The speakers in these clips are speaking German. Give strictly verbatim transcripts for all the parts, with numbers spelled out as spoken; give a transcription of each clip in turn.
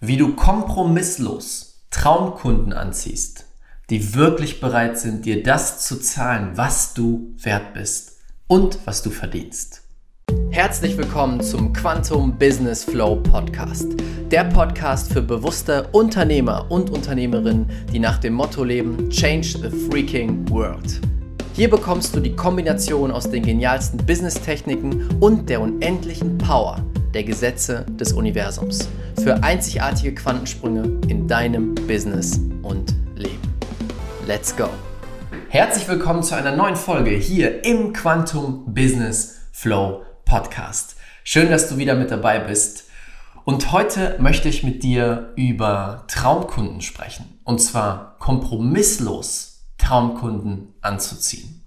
wie du kompromisslos Traumkunden anziehst, die wirklich bereit sind, dir das zu zahlen, was du wert bist und was du verdienst. Herzlich willkommen zum Quantum Business Flow Podcast. Der Podcast für bewusste Unternehmer und Unternehmerinnen, die nach dem Motto leben: Change the freaking world. Hier bekommst du die Kombination aus den genialsten Business-Techniken und der unendlichen Power der Gesetze des Universums für einzigartige Quantensprünge in deinem Business und Leben. Let's go! Herzlich willkommen zu einer neuen Folge hier im Quantum Business Flow Podcast. Schön, dass du wieder mit dabei bist. Und heute möchte ich mit dir über Traumkunden sprechen. Und zwar kompromisslos Traumkunden anzuziehen.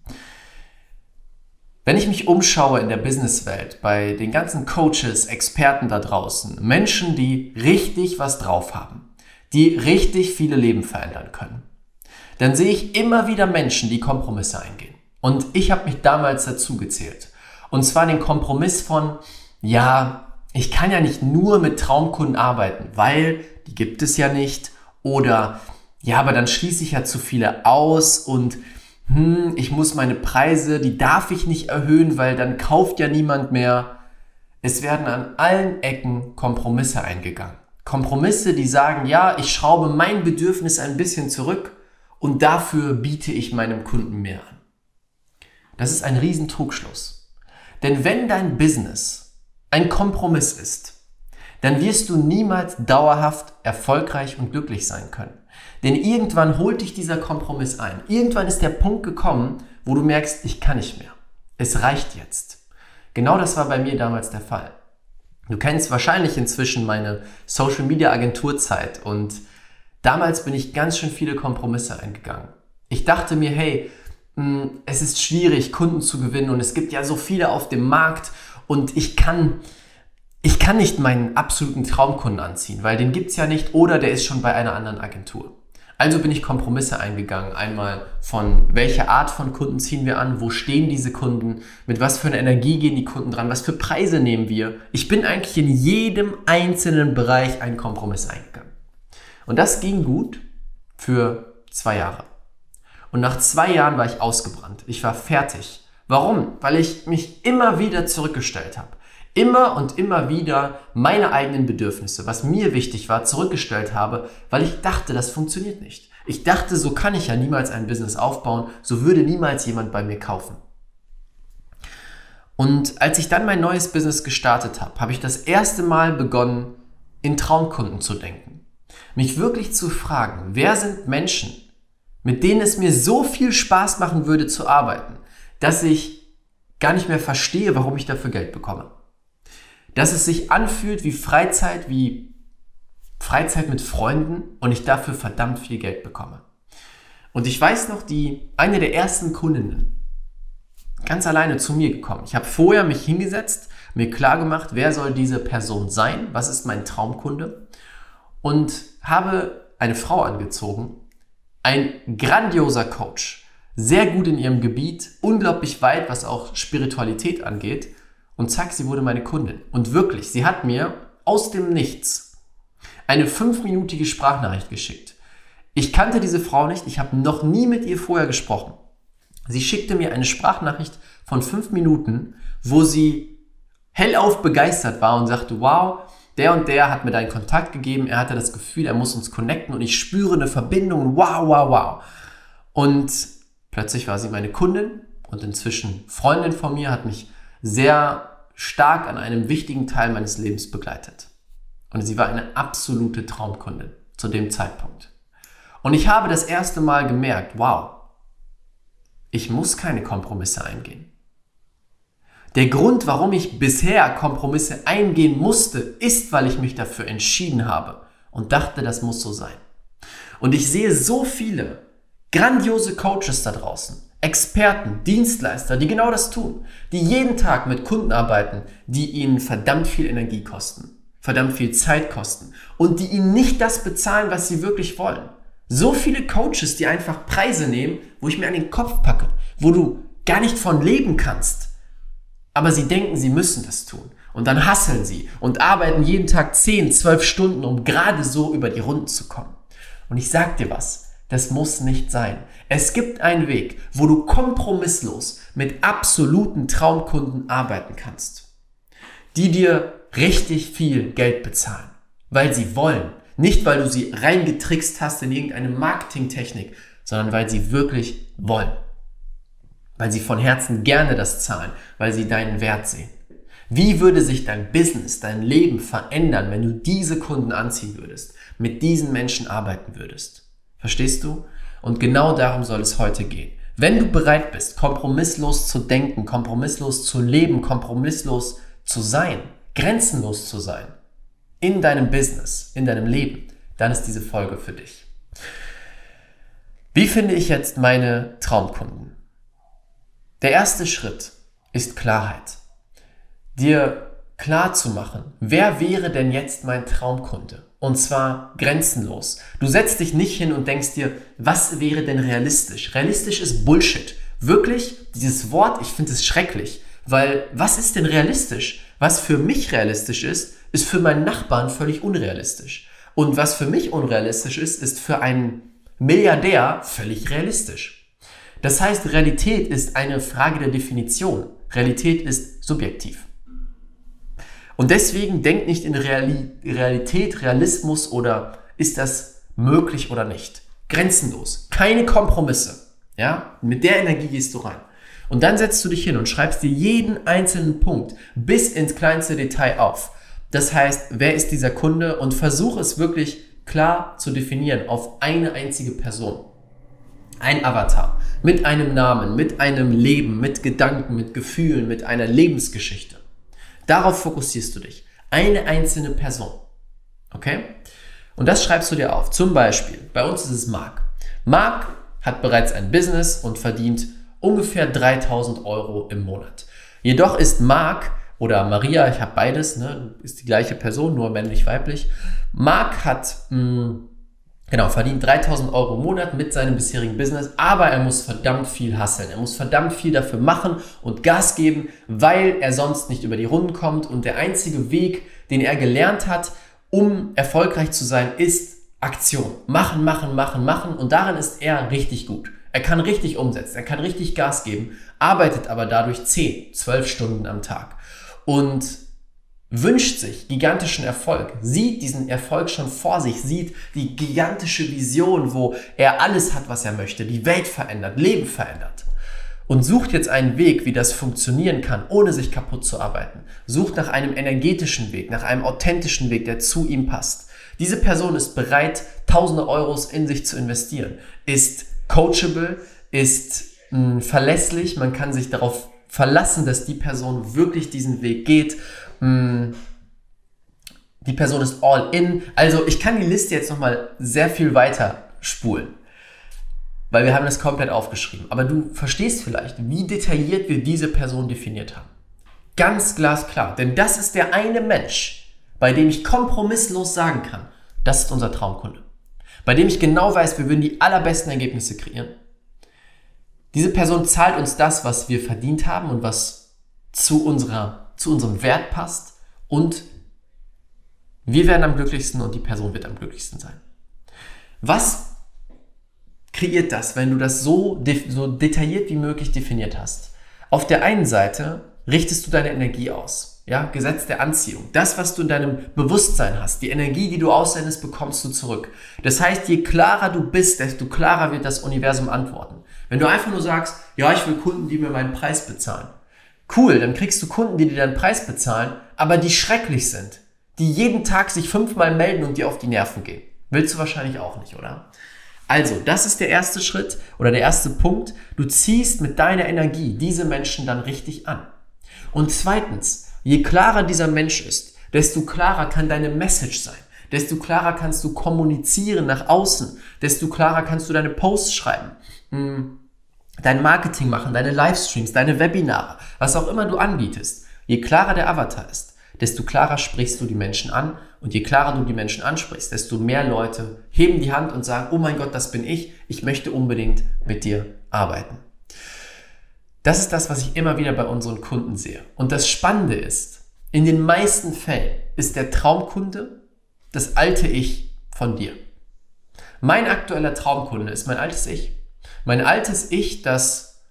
Wenn ich mich umschaue in der Businesswelt, bei den ganzen Coaches, Experten da draußen, Menschen, die richtig was drauf haben, die richtig viele Leben verändern können, dann sehe ich immer wieder Menschen, die Kompromisse eingehen. Und ich habe mich damals dazu gezählt. Und zwar den Kompromiss von, ja, ich kann ja nicht nur mit Traumkunden arbeiten, weil die gibt es ja nicht. Oder, ja, aber dann schließe ich ja zu viele aus und hm, ich muss meine Preise, die darf ich nicht erhöhen, weil dann kauft ja niemand mehr. Es werden an allen Ecken Kompromisse eingegangen. Kompromisse, die sagen, ja, ich schraube mein Bedürfnis ein bisschen zurück und dafür biete ich meinem Kunden mehr an. Das ist ein riesen Trugschluss. Denn wenn dein Business ein Kompromiss ist, dann wirst du niemals dauerhaft erfolgreich und glücklich sein können. Denn irgendwann holt dich dieser Kompromiss ein. Irgendwann ist der Punkt gekommen, wo du merkst, ich kann nicht mehr. Es reicht jetzt. Genau das war bei mir damals der Fall. Du kennst wahrscheinlich inzwischen meine Social Media Agenturzeit und damals bin ich ganz schön viele Kompromisse eingegangen. Ich dachte mir, hey, es ist schwierig, Kunden zu gewinnen und es gibt ja so viele auf dem Markt und ich kann, ich kann nicht meinen absoluten Traumkunden anziehen, weil den gibt's ja nicht oder der ist schon bei einer anderen Agentur. Also bin ich Kompromisse eingegangen. Einmal von welcher Art von Kunden ziehen wir an, wo stehen diese Kunden, mit was für einer Energie gehen die Kunden dran, was für Preise nehmen wir. Ich bin eigentlich in jedem einzelnen Bereich einen Kompromiss eingegangen. Und das ging gut für zwei Jahre. Und nach zwei Jahren war ich ausgebrannt. Ich war fertig. Warum? Weil ich mich immer wieder zurückgestellt habe. Immer und immer wieder meine eigenen Bedürfnisse, was mir wichtig war, zurückgestellt habe, weil ich dachte, das funktioniert nicht. Ich dachte, so kann ich ja niemals ein Business aufbauen, so würde niemals jemand bei mir kaufen. Und als ich dann mein neues Business gestartet habe, habe ich das erste Mal begonnen, in Traumkunden zu denken. Mich wirklich zu fragen, wer sind Menschen, mit denen es mir so viel Spaß machen würde zu arbeiten, dass ich gar nicht mehr verstehe, warum ich dafür Geld bekomme. Dass es sich anfühlt wie Freizeit, wie Freizeit mit Freunden und ich dafür verdammt viel Geld bekomme. Und ich weiß noch, die eine der ersten Kundinnen, ganz alleine zu mir gekommen. Ich habe vorher mich hingesetzt, mir klar gemacht, wer soll diese Person sein, was ist mein Traumkunde und habe eine Frau angezogen, ein grandioser Coach, sehr gut in ihrem Gebiet, unglaublich weit, was auch Spiritualität angeht. Und zack, sie wurde meine Kundin. Und wirklich, sie hat mir aus dem Nichts eine fünfminütige Sprachnachricht geschickt. Ich kannte diese Frau nicht, ich habe noch nie mit ihr vorher gesprochen. Sie schickte mir eine Sprachnachricht von fünf Minuten, wo sie hellauf begeistert war und sagte, wow, der und der hat mir deinen Kontakt gegeben, er hatte das Gefühl, er muss uns connecten und ich spüre eine Verbindung, wow, wow, wow. Und plötzlich war sie meine Kundin und inzwischen Freundin von mir, hat mich sehr stark an einem wichtigen Teil meines Lebens begleitet. Und sie war eine absolute Traumkundin zu dem Zeitpunkt. Und ich habe das erste Mal gemerkt, wow, ich muss keine Kompromisse eingehen. Der Grund, warum ich bisher Kompromisse eingehen musste, ist, weil ich mich dafür entschieden habe und dachte, das muss so sein. Und ich sehe so viele grandiose Coaches da draußen, Experten, Dienstleister, die genau das tun, die jeden Tag mit Kunden arbeiten, die ihnen verdammt viel Energie kosten, verdammt viel Zeit kosten und die ihnen nicht das bezahlen, was sie wirklich wollen. So viele Coaches, die einfach Preise nehmen, wo ich mir an den Kopf packe, wo du gar nicht von leben kannst, aber sie denken, sie müssen das tun. Und dann hustlen sie und arbeiten jeden Tag zehn, zwölf Stunden, um gerade so über die Runden zu kommen. Und ich sag dir was, das muss nicht sein. Es gibt einen Weg, wo du kompromisslos mit absoluten Traumkunden arbeiten kannst, die dir richtig viel Geld bezahlen, weil sie wollen. Nicht, weil du sie reingetrickst hast in irgendeine Marketingtechnik, sondern weil sie wirklich wollen. Weil sie von Herzen gerne das zahlen, weil sie deinen Wert sehen. Wie würde sich dein Business, dein Leben verändern, wenn du diese Kunden anziehen würdest, mit diesen Menschen arbeiten würdest? Verstehst du? Und genau darum soll es heute gehen. Wenn du bereit bist, kompromisslos zu denken, kompromisslos zu leben, kompromisslos zu sein, grenzenlos zu sein, in deinem Business, in deinem Leben, dann ist diese Folge für dich. Wie finde ich jetzt meine Traumkunden? Der erste Schritt ist Klarheit. Dir klar zu machen, wer wäre denn jetzt mein Traumkunde? Und zwar grenzenlos. Du setzt dich nicht hin und denkst dir, was wäre denn realistisch? Realistisch ist Bullshit. Wirklich, dieses Wort, ich finde es schrecklich, weil was ist denn realistisch? Was für mich realistisch ist, ist für meinen Nachbarn völlig unrealistisch. Und was für mich unrealistisch ist, ist für einen Milliardär völlig realistisch. Das heißt, Realität ist eine Frage der Definition. Realität ist subjektiv. Und deswegen denk nicht in Reali- Realität, Realismus oder ist das möglich oder nicht. Grenzenlos. Keine Kompromisse. Ja? Mit der Energie gehst du rein. Und dann setzt du dich hin und schreibst dir jeden einzelnen Punkt bis ins kleinste Detail auf. Das heißt, wer ist dieser Kunde? Und versuche es wirklich klar zu definieren auf eine einzige Person. Ein Avatar mit einem Namen, mit einem Leben, mit Gedanken, mit Gefühlen, mit einer Lebensgeschichte. Darauf fokussierst du dich. Eine einzelne Person. Okay? Und das schreibst du dir auf. Zum Beispiel, bei uns ist es Marc. Marc hat bereits ein Business und verdient ungefähr dreitausend Euro im Monat. Jedoch ist Marc oder Maria, ich habe beides, ne, ist die gleiche Person, nur männlich-weiblich. Marc hat, mh, genau, verdient dreitausend Euro im Monat mit seinem bisherigen Business, aber er muss verdammt viel hustlen. Er muss verdammt viel dafür machen und Gas geben, weil er sonst nicht über die Runden kommt. Und der einzige Weg, den er gelernt hat, um erfolgreich zu sein, ist Aktion. Machen, machen, machen, machen. Und darin ist er richtig gut. Er kann richtig umsetzen, er kann richtig Gas geben, arbeitet aber dadurch zehn, zwölf Stunden am Tag und wünscht sich gigantischen Erfolg, sieht diesen Erfolg schon vor sich, sieht die gigantische Vision, wo er alles hat, was er möchte, die Welt verändert, Leben verändert und sucht jetzt einen Weg, wie das funktionieren kann, ohne sich kaputt zu arbeiten. Sucht nach einem energetischen Weg, nach einem authentischen Weg, der zu ihm passt. Diese Person ist bereit, tausende Euros in sich zu investieren, ist coachable, ist mh, verlässlich, man kann sich darauf verlassen, dass die Person wirklich diesen Weg geht. Mh, die Person ist all in. Also ich kann die Liste jetzt nochmal sehr viel weiter spulen, weil wir haben das komplett aufgeschrieben. Aber du verstehst vielleicht, wie detailliert wir diese Person definiert haben. Ganz glasklar, denn das ist der eine Mensch, bei dem ich kompromisslos sagen kann, das ist unser Traumkunde. Bei dem ich genau weiß, wir würden die allerbesten Ergebnisse kreieren. Diese Person zahlt uns das, was wir verdient haben und was zu, unserer, zu unserem Wert passt. Und wir werden am glücklichsten und die Person wird am glücklichsten sein. Was kreiert das, wenn du das so, so detailliert wie möglich definiert hast? Auf der einen Seite richtest du deine Energie aus. Ja, Gesetz der Anziehung. Das, was du in deinem Bewusstsein hast, die Energie, die du aussendest, bekommst du zurück. Das heißt, je klarer du bist, desto klarer wird das Universum antworten. Wenn du einfach nur sagst, ja, ich will Kunden, die mir meinen Preis bezahlen. Cool, dann kriegst du Kunden, die dir deinen Preis bezahlen, aber die schrecklich sind. Die jeden Tag sich fünfmal melden und dir auf die Nerven gehen. Willst du wahrscheinlich auch nicht, oder? Also, das ist der erste Schritt oder der erste Punkt. Du ziehst mit deiner Energie diese Menschen dann richtig an. Und zweitens, je klarer dieser Mensch ist, desto klarer kann deine Message sein. Desto klarer kannst du kommunizieren nach außen. Desto klarer kannst du deine Posts schreiben, dein Marketing machen, deine Livestreams, deine Webinare, was auch immer du anbietest. Je klarer der Avatar ist, desto klarer sprichst du die Menschen an. Und je klarer du die Menschen ansprichst, desto mehr Leute heben die Hand und sagen, oh mein Gott, das bin ich. Ich möchte unbedingt mit dir arbeiten. Das ist das, was ich immer wieder bei unseren Kunden sehe. Und das Spannende ist, In den meisten Fällen ist der Traumkunde das alte Ich von dir. Mein aktueller Traumkunde ist mein altes Ich. Mein altes Ich, das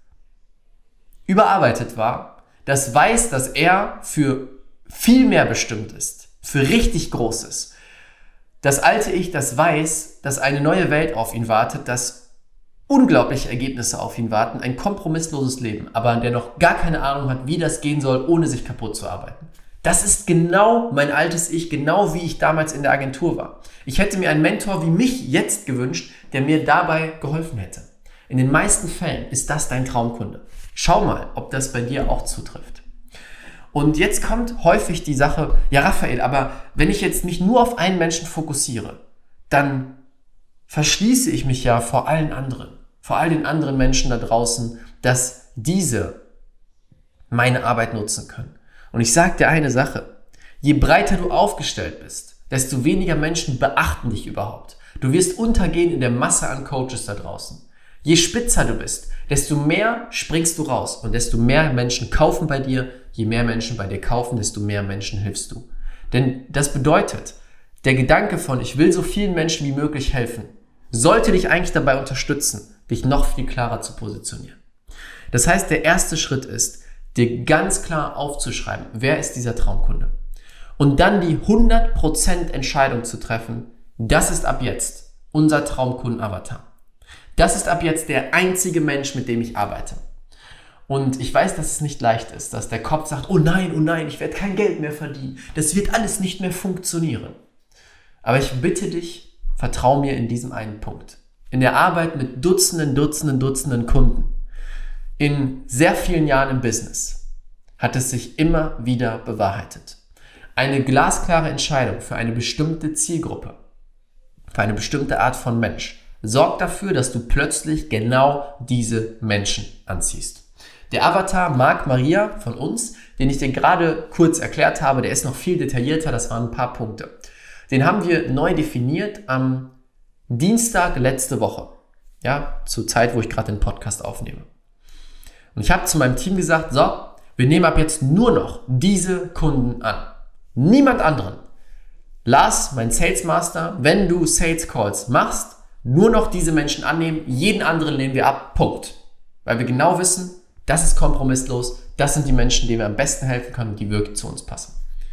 überarbeitet war, das weiß, dass er für viel mehr bestimmt ist, für richtig Großes. Das alte Ich, das weiß, dass eine neue Welt auf ihn wartet, dass unglaubliche Ergebnisse auf ihn warten, ein kompromissloses Leben, aber der noch gar keine Ahnung hat, wie das gehen soll, ohne sich kaputt zu arbeiten. Das ist genau mein altes Ich, genau wie ich damals in der Agentur war. Ich hätte mir einen Mentor wie mich jetzt gewünscht, der mir dabei geholfen hätte. In den meisten Fällen ist das dein Traumkunde. Schau mal, ob das bei dir auch zutrifft. Und jetzt kommt häufig die Sache, ja Raphael, aber wenn ich jetzt mich nur auf einen Menschen fokussiere, dann verschließe ich mich ja vor allen anderen, vor all den anderen Menschen da draußen, dass diese meine Arbeit nutzen können. Und ich sage dir eine Sache, je breiter du aufgestellt bist, desto weniger Menschen beachten dich überhaupt. Du wirst untergehen in der Masse an Coaches da draußen. Je spitzer du bist, desto mehr springst du raus und desto mehr Menschen kaufen bei dir. Je mehr Menschen bei dir kaufen, desto mehr Menschen hilfst du. Denn das bedeutet, der Gedanke von, ich will so vielen Menschen wie möglich helfen, sollte dich eigentlich dabei unterstützen, dich noch viel klarer zu positionieren. Das heißt, der erste Schritt ist, dir ganz klar aufzuschreiben, wer ist dieser Traumkunde? Und dann die hundert Prozent Entscheidung zu treffen, das ist ab jetzt unser Traumkunden-Avatar. Das ist ab jetzt der einzige Mensch, mit dem ich arbeite. Und ich weiß, dass es nicht leicht ist, dass der Kopf sagt, oh nein, oh nein, ich werde kein Geld mehr verdienen. Das wird alles nicht mehr funktionieren. Aber ich bitte dich, vertrau mir in diesem einen Punkt. In der Arbeit mit Dutzenden, Dutzenden, Dutzenden Kunden, in sehr vielen Jahren im Business, hat es sich immer wieder bewahrheitet. Eine glasklare Entscheidung für eine bestimmte Zielgruppe, für eine bestimmte Art von Mensch, sorgt dafür, dass du plötzlich genau diese Menschen anziehst. Der Avatar Marc Maria von uns, den ich dir gerade kurz erklärt habe, der ist noch viel detaillierter, das waren ein paar Punkte. Den haben wir neu definiert am Dienstag letzte Woche, ja, zur Zeit, wo ich gerade den Podcast aufnehme. Und ich habe zu meinem Team gesagt, so, wir nehmen ab jetzt nur noch diese Kunden an. Niemand anderen. Lars, mein Sales Master, wenn du Sales Calls machst, nur noch diese Menschen annehmen, jeden anderen lehnen wir ab, Punkt. Weil wir genau wissen, das ist kompromisslos, das sind die Menschen, denen wir am besten helfen können und die wirklich zu uns passen.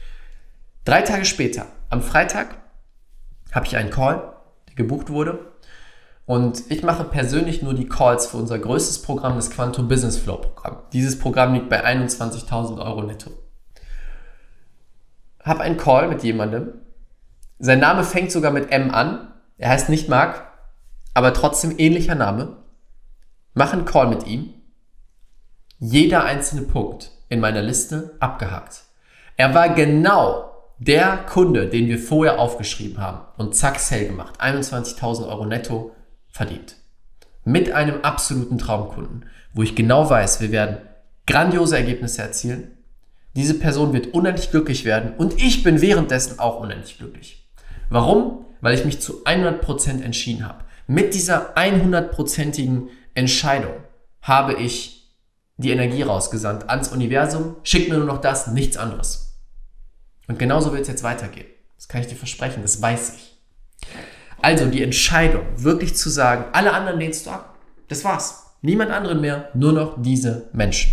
Drei Tage später, am Freitag, habe ich einen Call, der gebucht wurde. Und ich mache persönlich nur die Calls für unser größtes Programm, das Quantum Business Flow Programm. Dieses Programm liegt bei einundzwanzigtausend Euro netto. Habe einen Call mit jemandem. Sein Name fängt sogar mit M an. Er heißt nicht Marc, aber trotzdem ähnlicher Name. Mache einen Call mit ihm. Jeder einzelne Punkt in meiner Liste abgehakt. Er war genau der Kunde, den wir vorher aufgeschrieben haben. Und zack, Sale gemacht. einundzwanzigtausend Euro netto verdient. Mit einem absoluten Traumkunden, wo ich genau weiß, wir werden grandiose Ergebnisse erzielen. Diese Person wird unendlich glücklich werden und ich bin währenddessen auch unendlich glücklich. Warum? Weil ich mich zu hundert Prozent entschieden habe. Mit dieser hundertprozentigen Entscheidung habe ich die Energie rausgesandt ans Universum, schick mir nur noch das, nichts anderes. Und genauso wird es jetzt weitergehen. Das kann ich dir versprechen, das weiß ich. Also die Entscheidung, wirklich zu sagen, alle anderen lehnst du ab. Das war's. Niemand anderen mehr, nur noch diese Menschen.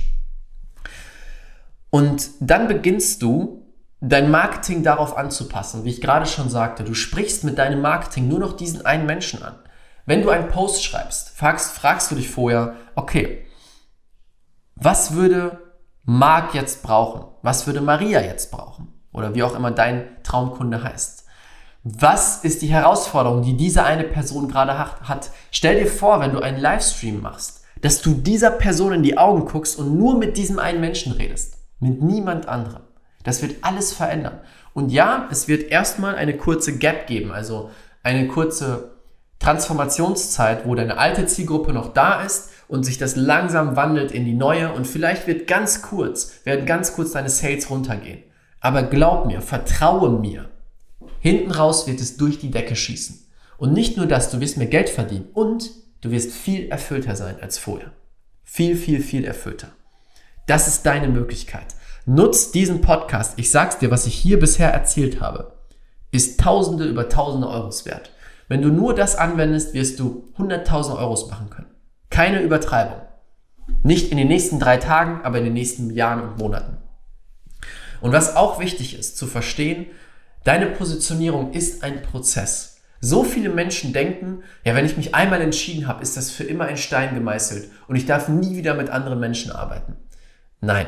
Und dann beginnst du, dein Marketing darauf anzupassen. Wie ich gerade schon sagte, du sprichst mit deinem Marketing nur noch diesen einen Menschen an. Wenn du einen Post schreibst, fragst, fragst du dich vorher, okay, was würde Marc jetzt brauchen? Was würde Maria jetzt brauchen? Oder wie auch immer dein Traumkunde heißt. Was ist die Herausforderung, die diese eine Person gerade hat? Stell dir vor, wenn du einen Livestream machst, dass du dieser Person in die Augen guckst und nur mit diesem einen Menschen redest. Mit niemand anderem. Das wird alles verändern. Und ja, es wird erstmal eine kurze Gap geben, also eine kurze Transformationszeit, wo deine alte Zielgruppe noch da ist und sich das langsam wandelt in die neue und vielleicht wird ganz kurz, werden ganz kurz deine Sales runtergehen. Aber glaub mir, vertraue mir, hinten raus wird es durch die Decke schießen. Und nicht nur das, du wirst mehr Geld verdienen und du wirst viel erfüllter sein als vorher. Viel, viel, viel erfüllter. Das ist deine Möglichkeit. Nutz diesen Podcast. Ich sag's dir, was ich hier bisher erzählt habe, ist Tausende über Tausende Euros wert. Wenn du nur das anwendest, wirst du hunderttausend Euros machen können. Keine Übertreibung. Nicht in den nächsten drei Tagen, aber in den nächsten Jahren und Monaten. Und was auch wichtig ist, zu verstehen, deine Positionierung ist ein Prozess. So viele Menschen denken, ja, wenn ich mich einmal entschieden habe, ist das für immer in Stein gemeißelt und ich darf nie wieder mit anderen Menschen arbeiten. Nein.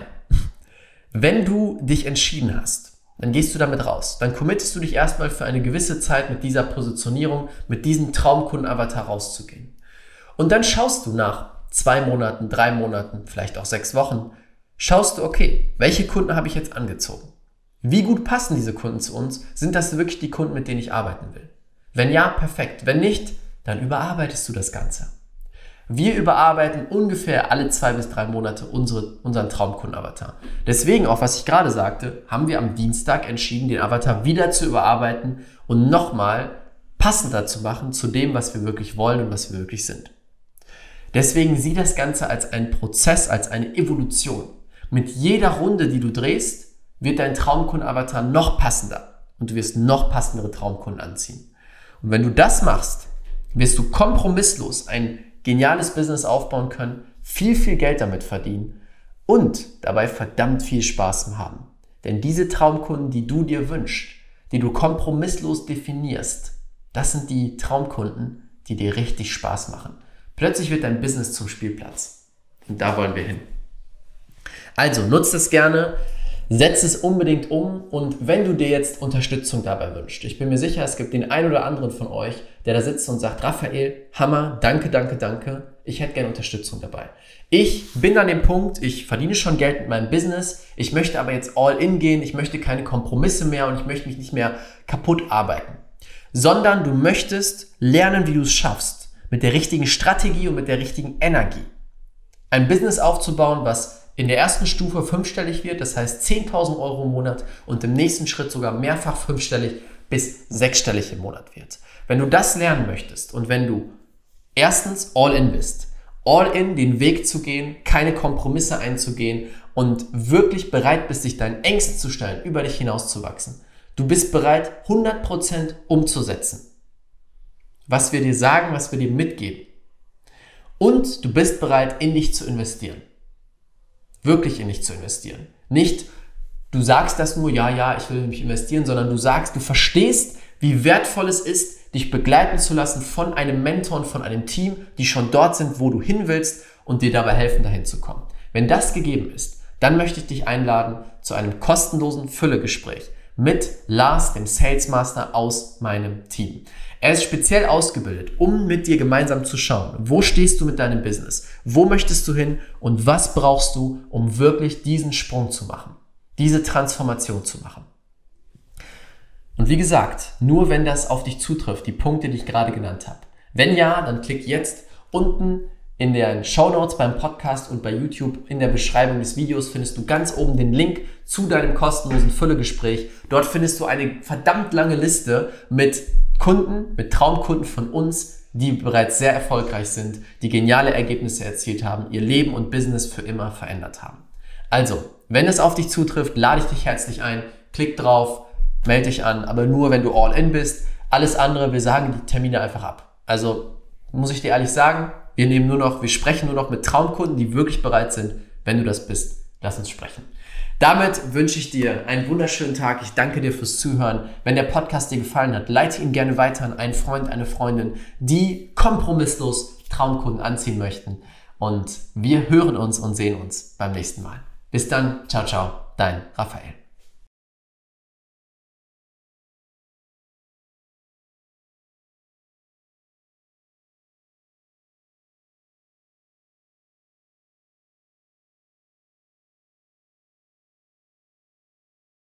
Wenn du dich entschieden hast, dann gehst du damit raus. Dann committest du dich erstmal für eine gewisse Zeit mit dieser Positionierung, mit diesem Traumkunden-Avatar rauszugehen. Und dann schaust du nach zwei Monaten, drei Monaten, vielleicht auch sechs Wochen, schaust du, okay, welche Kunden habe ich jetzt angezogen? Wie gut passen diese Kunden zu uns? Sind das wirklich die Kunden, mit denen ich arbeiten will? Wenn ja, perfekt. Wenn nicht, dann überarbeitest du das Ganze. Wir überarbeiten ungefähr alle zwei bis drei Monate unsere, unseren Traumkunden-Avatar. Deswegen, auch was ich gerade sagte, haben wir am Dienstag entschieden, den Avatar wieder zu überarbeiten und nochmal passender zu machen zu dem, was wir wirklich wollen und was wir wirklich sind. Deswegen sieh das Ganze als einen Prozess, als eine Evolution. Mit jeder Runde, die du drehst, wird dein Traumkunden-Avatar noch passender und du wirst noch passendere Traumkunden anziehen. Und wenn du das machst, wirst du kompromisslos ein geniales Business aufbauen können, viel, viel Geld damit verdienen und dabei verdammt viel Spaß haben. Denn diese Traumkunden, die du dir wünschst, die du kompromisslos definierst, das sind die Traumkunden, die dir richtig Spaß machen. Plötzlich wird dein Business zum Spielplatz. Und da wollen wir hin. Also nutzt es gerne, setz es unbedingt um und wenn du dir jetzt Unterstützung dabei wünschst, ich bin mir sicher, es gibt den einen oder anderen von euch, der da sitzt und sagt, Raphael, Hammer, danke, danke, danke, ich hätte gerne Unterstützung dabei. Ich bin an dem Punkt, ich verdiene schon Geld mit meinem Business, ich möchte aber jetzt all in gehen, ich möchte keine Kompromisse mehr und ich möchte mich nicht mehr kaputt arbeiten, sondern du möchtest lernen, wie du es schaffst, mit der richtigen Strategie und mit der richtigen Energie ein Business aufzubauen, was in der ersten Stufe fünfstellig wird, das heißt zehntausend Euro im Monat und im nächsten Schritt sogar mehrfach fünfstellig bis sechsstellig im Monat wird. Wenn du das lernen möchtest und wenn du erstens all in bist, all in den Weg zu gehen, keine Kompromisse einzugehen und wirklich bereit bist, dich deinen Ängsten zu stellen, über dich hinauszuwachsen. Du bist bereit, hundert Prozent umzusetzen, was wir dir sagen, was wir dir mitgeben. Und du bist bereit, in dich zu investieren. Wirklich in dich zu investieren. Nicht, du sagst das nur, ja, ja, ich will in mich investieren, sondern du sagst, du verstehst, wie wertvoll es ist, dich begleiten zu lassen von einem Mentor und von einem Team, die schon dort sind, wo du hin willst und dir dabei helfen, dahin zu kommen. Wenn das gegeben ist, dann möchte ich dich einladen zu einem kostenlosen Füllegespräch mit Lars, dem Sales Master aus meinem Team. Er ist speziell ausgebildet, um mit dir gemeinsam zu schauen, wo stehst du mit deinem Business, wo möchtest du hin und was brauchst du, um wirklich diesen Sprung zu machen, diese Transformation zu machen. Und wie gesagt, nur wenn das auf dich zutrifft, die Punkte, die ich gerade genannt habe. Wenn ja, dann klick jetzt unten in den Shownotes beim Podcast und bei YouTube in der Beschreibung des Videos findest du ganz oben den Link zu deinem kostenlosen Füllegespräch. Dort findest du eine verdammt lange Liste mit Kunden, mit Traumkunden von uns, die bereits sehr erfolgreich sind, die geniale Ergebnisse erzielt haben, ihr Leben und Business für immer verändert haben. Also, wenn es auf dich zutrifft, lade ich dich herzlich ein, klick drauf, melde dich an, aber nur, wenn du all in bist. Alles andere, wir sagen die Termine einfach ab. Also, muss ich dir ehrlich sagen, wir nehmen nur noch, wir sprechen nur noch mit Traumkunden, die wirklich bereit sind. Wenn du das bist, lass uns sprechen. Damit wünsche ich dir einen wunderschönen Tag. Ich danke dir fürs Zuhören. Wenn der Podcast dir gefallen hat, leite ihn gerne weiter an einen Freund, eine Freundin, die kompromisslos Traumkunden anziehen möchten. Und wir hören uns und sehen uns beim nächsten Mal. Bis dann. Ciao, ciao. Dein Raphael.